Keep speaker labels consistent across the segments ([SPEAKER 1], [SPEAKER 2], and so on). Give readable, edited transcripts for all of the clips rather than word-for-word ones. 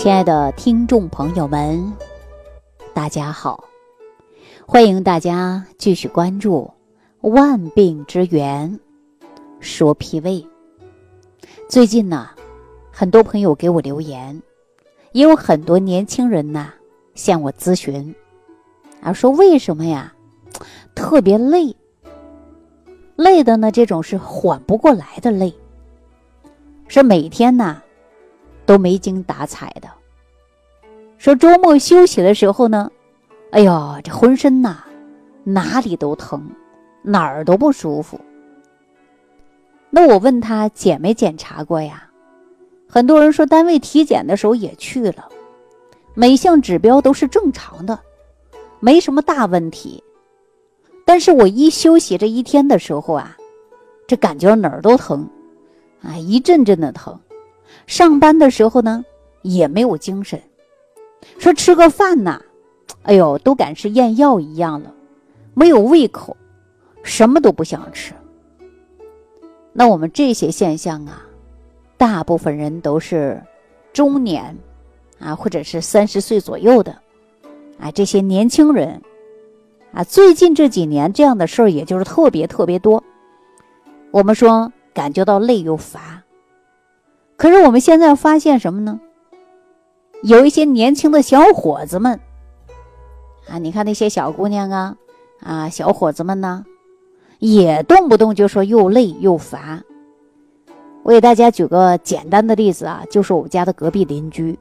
[SPEAKER 1] 亲爱的听众朋友们，大家好，欢迎大家继续关注万病之源说脾胃。最近呢，很多朋友给我留言，也有很多年轻人呢向我咨询说为什么呀特别累的呢，这种是缓不过来的累，是每天呢都没精打采的，说周末休息的时候呢，哎呦，这浑身呐哪里都疼，哪儿都不舒服。那我问他检没检查过呀？很多人说单位体检的时候也去了，每项指标都是正常的，没什么大问题。但是我一休息这一天的时候啊，这感觉哪儿都疼一阵阵的疼。上班的时候呢也没有精神，说吃个饭呐，哎呦，都赶是咽药一样了，没有胃口，什么都不想吃。那我们这些现象啊，大部分人都是中年或者是30岁左右的这些年轻人最近这几年这样的事儿也就是特别多。我们说感觉到累又乏，可是我们现在发现什么呢？有一些年轻的小伙子们你看那些小姑娘小伙子们呢，也动不动就说又累又乏。我给大家举个简单的例子就是我家的隔壁邻居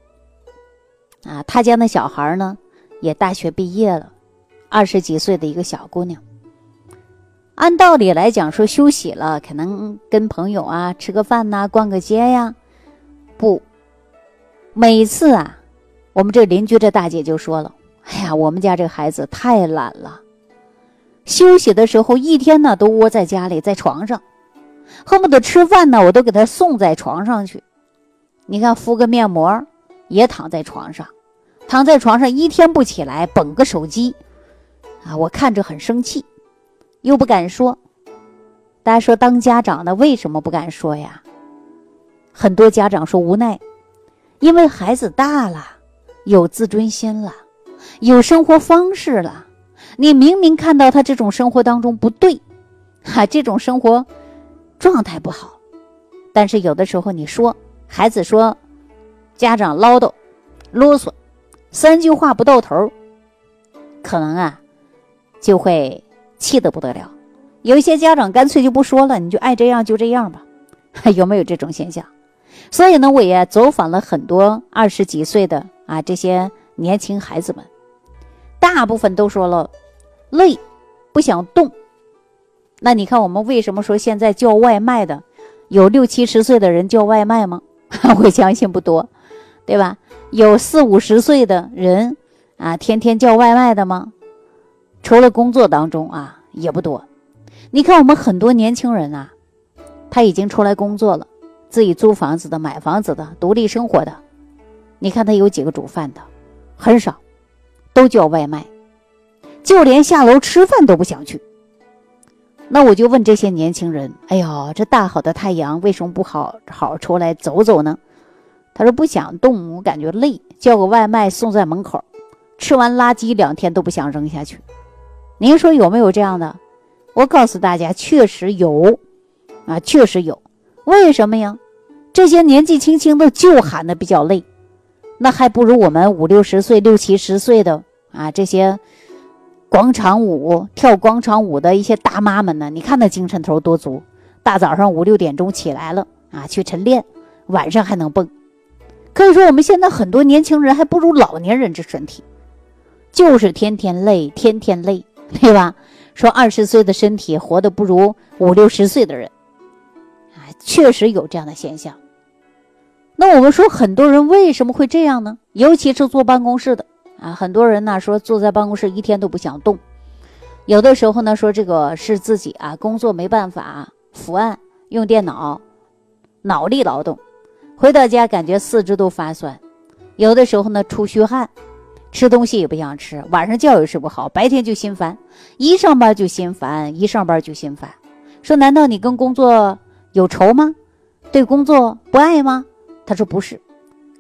[SPEAKER 1] 他家那小孩呢也大学毕业了，20几岁的一个小姑娘。按道理来讲说休息了，可能跟朋友吃个饭逛个街呀，不，每次我们这邻居这大姐就说了，哎呀，我们家这个孩子太懒了，休息的时候一天呢都窝在家里，在床上，恨不得吃饭呢我都给他送在床上去。你看敷个面膜也躺在床上一天不起来，捧个手机我看着很生气，又不敢说。大家说当家长的为什么不敢说呀？很多家长说无奈，因为孩子大了，有自尊心了，有生活方式了，你明明看到他这种生活当中不对这种生活状态不好，但是有的时候你说孩子说家长唠叨啰嗦3句话不到头，可能就会气得不得了。有一些家长干脆就不说了，你就爱这样就这样吧有没有这种现象？所以呢，我也走访了很多20几岁的这些年轻孩子们，大部分都说了累，不想动。那你看我们为什么说现在叫外卖的有60、70岁的人叫外卖吗？我相信不多，对吧？有40、50岁的人天天叫外卖的吗？除了工作当中也不多。你看我们很多年轻人他已经出来工作了，自己租房子的、买房子的、独立生活的，你看他有几个煮饭的？很少，都叫外卖，就连下楼吃饭都不想去。那我就问这些年轻人，哎呦，这大好的太阳为什么不好出来走走呢？他说不想动，我感觉累，叫个外卖送在门口，吃完垃圾2天都不想扔下去。您说有没有这样的？我告诉大家，确实有确实有。为什么呀？这些年纪轻轻的就喊的比较累，那还不如我们50、60岁、60、70岁的这些广场舞跳广场舞的一些大妈们呢，你看那精神头多足，大早上5、6点钟起来了去晨练，晚上还能蹦。可以说我们现在很多年轻人还不如老年人这身体，就是天天累，对吧？说20岁的身体活得不如50、60岁的人确实有这样的现象。那我们说很多人为什么会这样呢？尤其是坐办公室的很多人说坐在办公室一天都不想动，有的时候呢说这个是自己工作没办法伏案用电脑脑力劳动，回到家感觉四肢都发酸，有的时候呢出虚汗，吃东西也不想吃，晚上觉也睡不好，白天就心烦，一上班就心烦。说难道你跟工作有仇吗？对工作不爱吗？他说不是，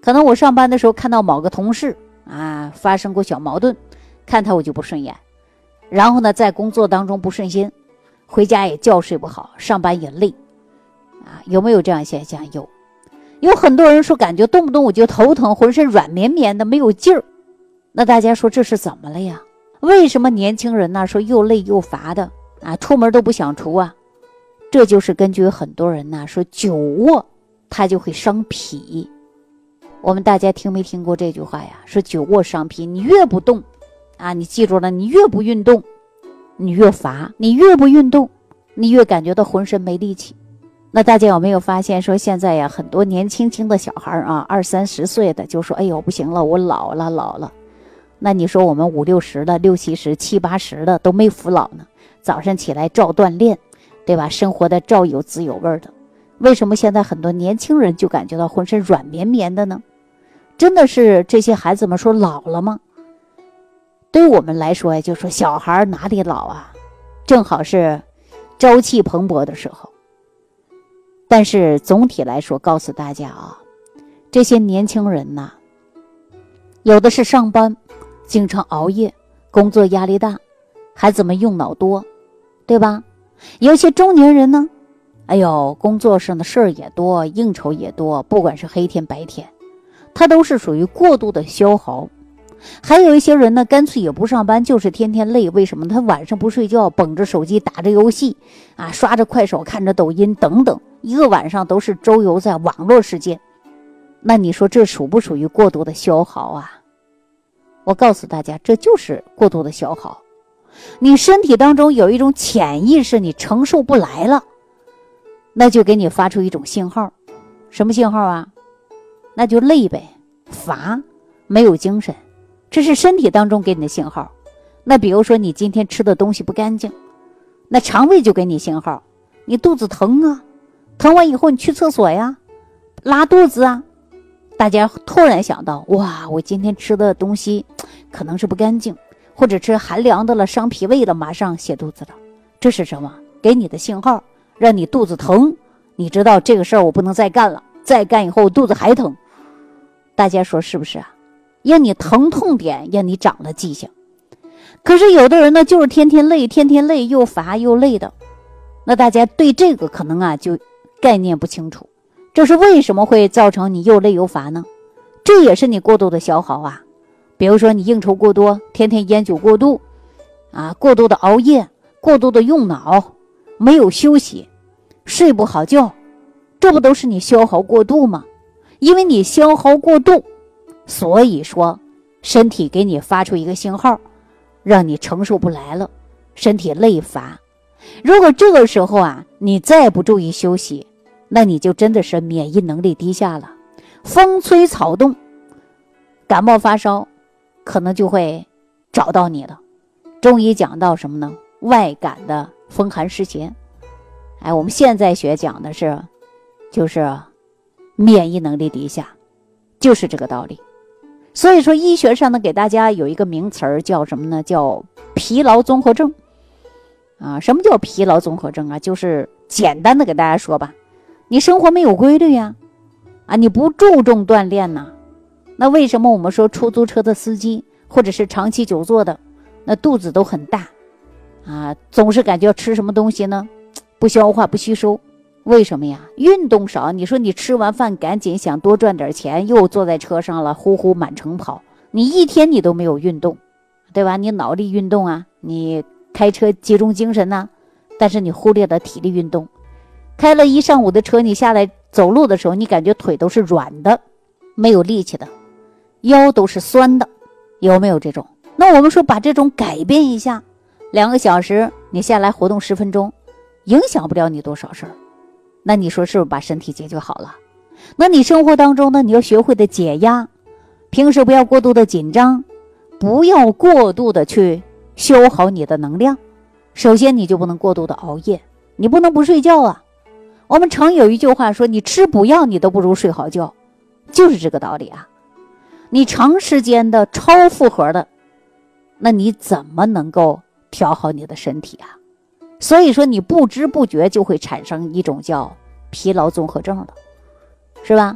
[SPEAKER 1] 可能我上班的时候看到某个同事发生过小矛盾，看他我就不顺眼，然后呢在工作当中不顺心，回家也觉睡不好，上班也累有没有这样现象？有很多人说感觉动不动我就头疼，浑身软绵绵的没有劲儿。那大家说这是怎么了呀？为什么年轻人呢说又累又乏的出门都不想出这就是根据很多人呢说久卧它就会伤脾。我们大家听没听过这句话呀？说久卧伤脾，你越不动你记住了，你越不运动你越乏，你越不运动你越感觉到浑身没力气。那大家有没有发现说现在呀很多年轻的小孩20-30岁的就说哎呦不行了，我老了。那你说我们50-60的60-70、70-80的都没服老呢，早上起来照锻炼，对吧？生活的照有滋有味的。为什么现在很多年轻人就感觉到浑身软绵绵的呢？真的是这些孩子们说老了吗？对于我们来说就说小孩哪里老正好是朝气蓬勃的时候。但是总体来说告诉大家这些年轻人有的是上班经常熬夜，工作压力大，孩子们用脑多，对吧？有些中年人呢工作上的事儿也多，应酬也多，不管是黑天白天，他都是属于过度的消耗。还有一些人呢干脆也不上班，就是天天累。为什么？他晚上不睡觉，捧着手机打着游戏刷着快手，看着抖音等等，一个晚上都是周游在网络世界。那你说这属不属于过度的消耗我告诉大家，这就是过度的消耗。你身体当中有一种潜意识你承受不来了，那就给你发出一种信号。什么信号那就累呗，乏，没有精神，这是身体当中给你的信号。那比如说你今天吃的东西不干净，那肠胃就给你信号，你肚子疼疼完以后你去厕所拉肚子大家突然想到，哇，我今天吃的东西可能是不干净，或者吃寒凉的了，伤脾胃了，马上泻肚子了。这是什么？给你的信号，让你肚子疼，你知道这个事儿我不能再干了，再干以后肚子还疼。大家说是不是让你疼痛点，让你长了记性。可是有的人呢就是天天累，又乏又累的。那大家对这个可能就概念不清楚，这是为什么会造成你又累又乏呢？这也是你过度的消耗比如说你应酬过多，天天烟酒过度过度的熬夜，过度的用脑，没有休息，睡不好觉，这不都是你消耗过度吗？因为你消耗过度，所以说身体给你发出一个信号，让你承受不来了，身体累乏。如果这个时候你再不注意休息，那你就真的是免疫能力低下了，风吹草动，感冒发烧可能就会找到你了。中医讲到什么呢？外感的风寒湿邪。我们现在学讲的是就是免疫能力低下，就是这个道理。所以说医学上呢给大家有一个名词儿叫什么呢？叫疲劳综合症什么叫疲劳综合症就是简单的给大家说吧，你生活没有规律你不注重锻炼那为什么我们说出租车的司机或者是长期久坐的那肚子都很大总是感觉吃什么东西呢不消化不吸收？为什么呀？运动少。你说你吃完饭赶紧想多赚点钱，又坐在车上了，呼呼满城跑，你一天你都没有运动，对吧？你脑力运动你开车集中精神但是你忽略了体力运动。开了一上午的车，你下来走路的时候，你感觉腿都是软的，没有力气的，腰都是酸的，有没有这种？那我们说把这种改变一下，2个小时你下来活动10分钟，影响不了你多少事儿。那你说是不是把身体解决好了？那你生活当中呢，你要学会的解压，平时不要过度的紧张，不要过度的去消耗你的能量。首先你就不能过度的熬夜，你不能不睡觉我们常有一句话说，你吃补药你都不如睡好觉，就是这个道理你长时间的超负荷的，那你怎么能够调好你的身体所以说你不知不觉就会产生一种叫疲劳综合症了，是吧？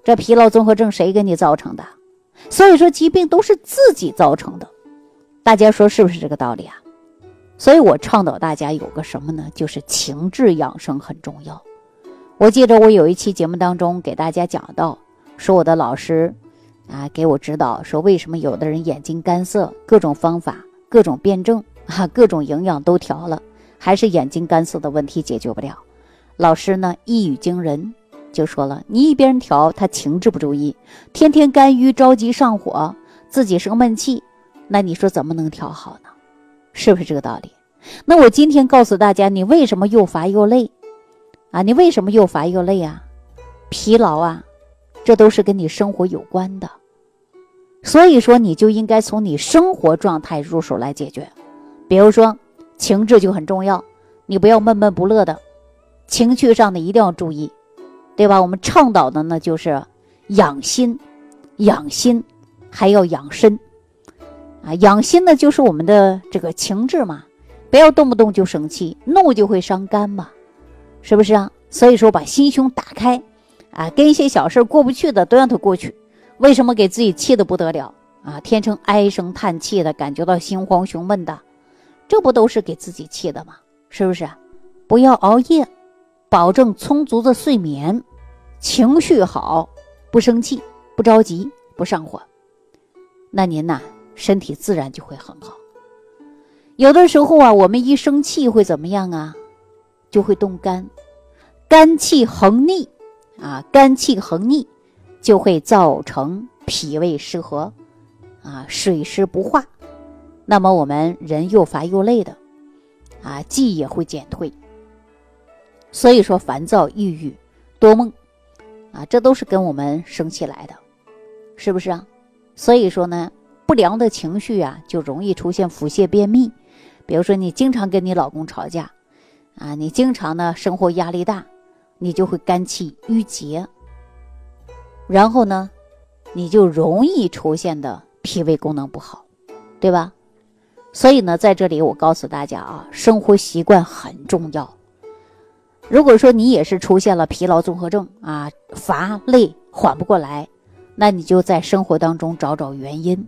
[SPEAKER 1] 这疲劳综合症谁给你造成的？所以说疾病都是自己造成的，大家说是不是这个道理啊？所以我倡导大家有个什么呢？就是情志养生很重要。我记得我有一期节目当中给大家讲到，说我的老师给我指导，说为什么有的人眼睛干涩，各种方法各种辩证各种营养都调了，还是眼睛干涩的问题解决不了。老师呢一语惊人，就说了，你一边调他情志不注意，天天肝郁着急上火，自己生闷气，那你说怎么能调好呢？是不是这个道理？那我今天告诉大家，你为什么又乏又累你为什么又乏又累疲劳这都是跟你生活有关的。所以说你就应该从你生活状态入手来解决。比如说情志就很重要，你不要闷闷不乐的，情绪上的一定要注意，对吧？我们倡导的呢就是养心还要养身养心呢就是我们的这个情志嘛，不要动不动就生气，怒就会伤肝嘛，是不是所以说把心胸打开跟一些小事过不去的都让它过去。为什么给自己气得不得了天成唉声叹气的，感觉到心慌胸闷的，这不都是给自己气的吗？是不是不要熬夜，保证充足的睡眠，情绪好，不生气，不着急，不上火，那您身体自然就会很好。有的时候我们一生气会怎么样就会动肝，肝气横逆肝气横逆就会造成脾胃失和水湿不化，那么我们人又乏又累的记忆也会减退。所以说烦躁、抑郁、多梦这都是跟我们生气来的，是不是所以说呢，不良的情绪就容易出现腹泻、便秘。比如说你经常跟你老公吵架你经常呢生活压力大，你就会肝气郁结，然后呢你就容易出现的脾胃功能不好，对吧？所以呢在这里我告诉大家生活习惯很重要。如果说你也是出现了疲劳综合症乏累缓不过来，那你就在生活当中找找原因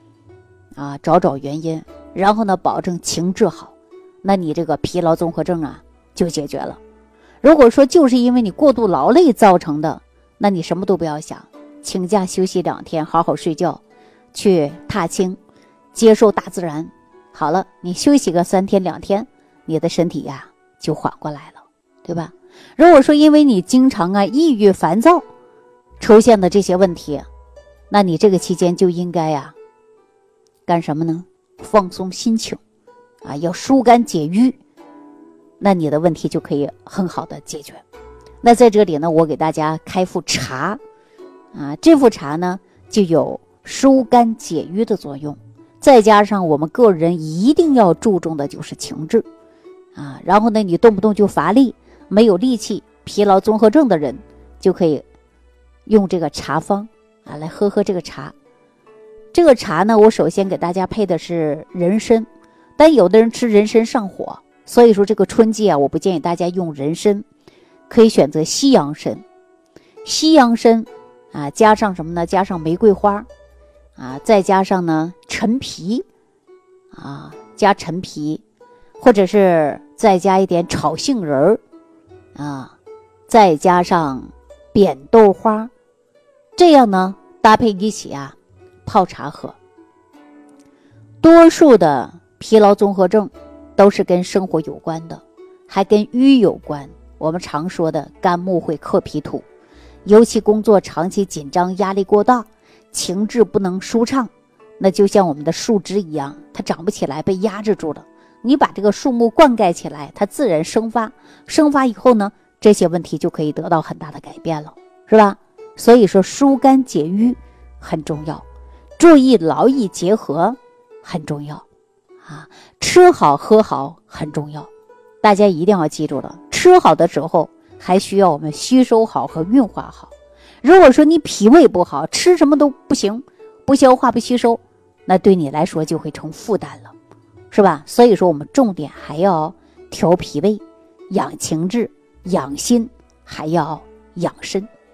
[SPEAKER 1] 然后呢保证情志好，那你这个疲劳综合症就解决了。如果说就是因为你过度劳累造成的，那你什么都不要想，请假休息2天，好好睡觉，去踏青，接受大自然，好了，你休息个3天2天，你的身体就缓过来了，对吧？如果说因为你经常抑郁烦躁出现的这些问题，那你这个期间就应该干什么呢？放松心情要疏肝解郁，那你的问题就可以很好的解决。那在这里呢，我给大家开副茶这副茶呢就有疏肝解郁的作用，再加上我们个人一定要注重的就是情志然后呢你动不动就乏力，没有力气，疲劳综合症的人就可以用这个茶方来喝这个茶。这个茶呢我首先给大家配的是人参，但有的人吃人参上火，所以说这个春季我不建议大家用人参，可以选择西洋参。西洋参加上什么呢？加上玫瑰花再加上呢陈皮加陈皮，或者是再加一点炒杏仁再加上扁豆花，这样呢搭配一起泡茶喝。多数的疲劳综合症都是跟生活有关的，还跟瘀有关。我们常说的肝木会克脾土，尤其工作长期紧张，压力过大，情志不能舒畅，那就像我们的树枝一样，它长不起来，被压制住了。你把这个树木灌溉起来，它自然生发，生发以后呢，这些问题就可以得到很大的改变了，是吧？所以说疏肝解郁很重要，注意劳逸结合很重要吃好喝好很重要。大家一定要记住了，吃好的时候还需要我们吸收好和运化好。如果说你脾胃不好，吃什么都不行，不消化不吸收，那对你来说就会成负担了，是吧？所以说我们重点还要调脾胃，养情志，养心，还要养身。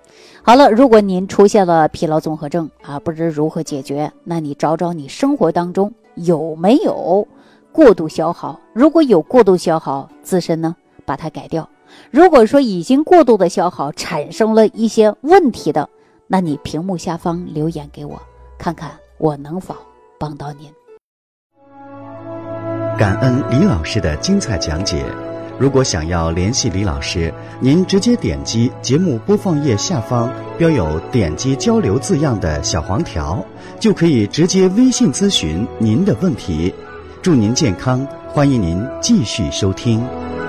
[SPEAKER 1] 好了，如果您出现了疲劳综合症啊，不知如何解决，那你找找你生活当中有没有过度消耗，如果有过度消耗，自身呢把它改掉。如果说已经过度的消耗产生了一些问题的，那你屏幕下方留言给我，看看我能否帮到您。
[SPEAKER 2] 感恩李老师的精彩讲解。如果想要联系李老师，您直接点击节目播放页下方标有点击交流字样的小黄条，就可以直接微信咨询您的问题。祝您健康，欢迎您继续收听。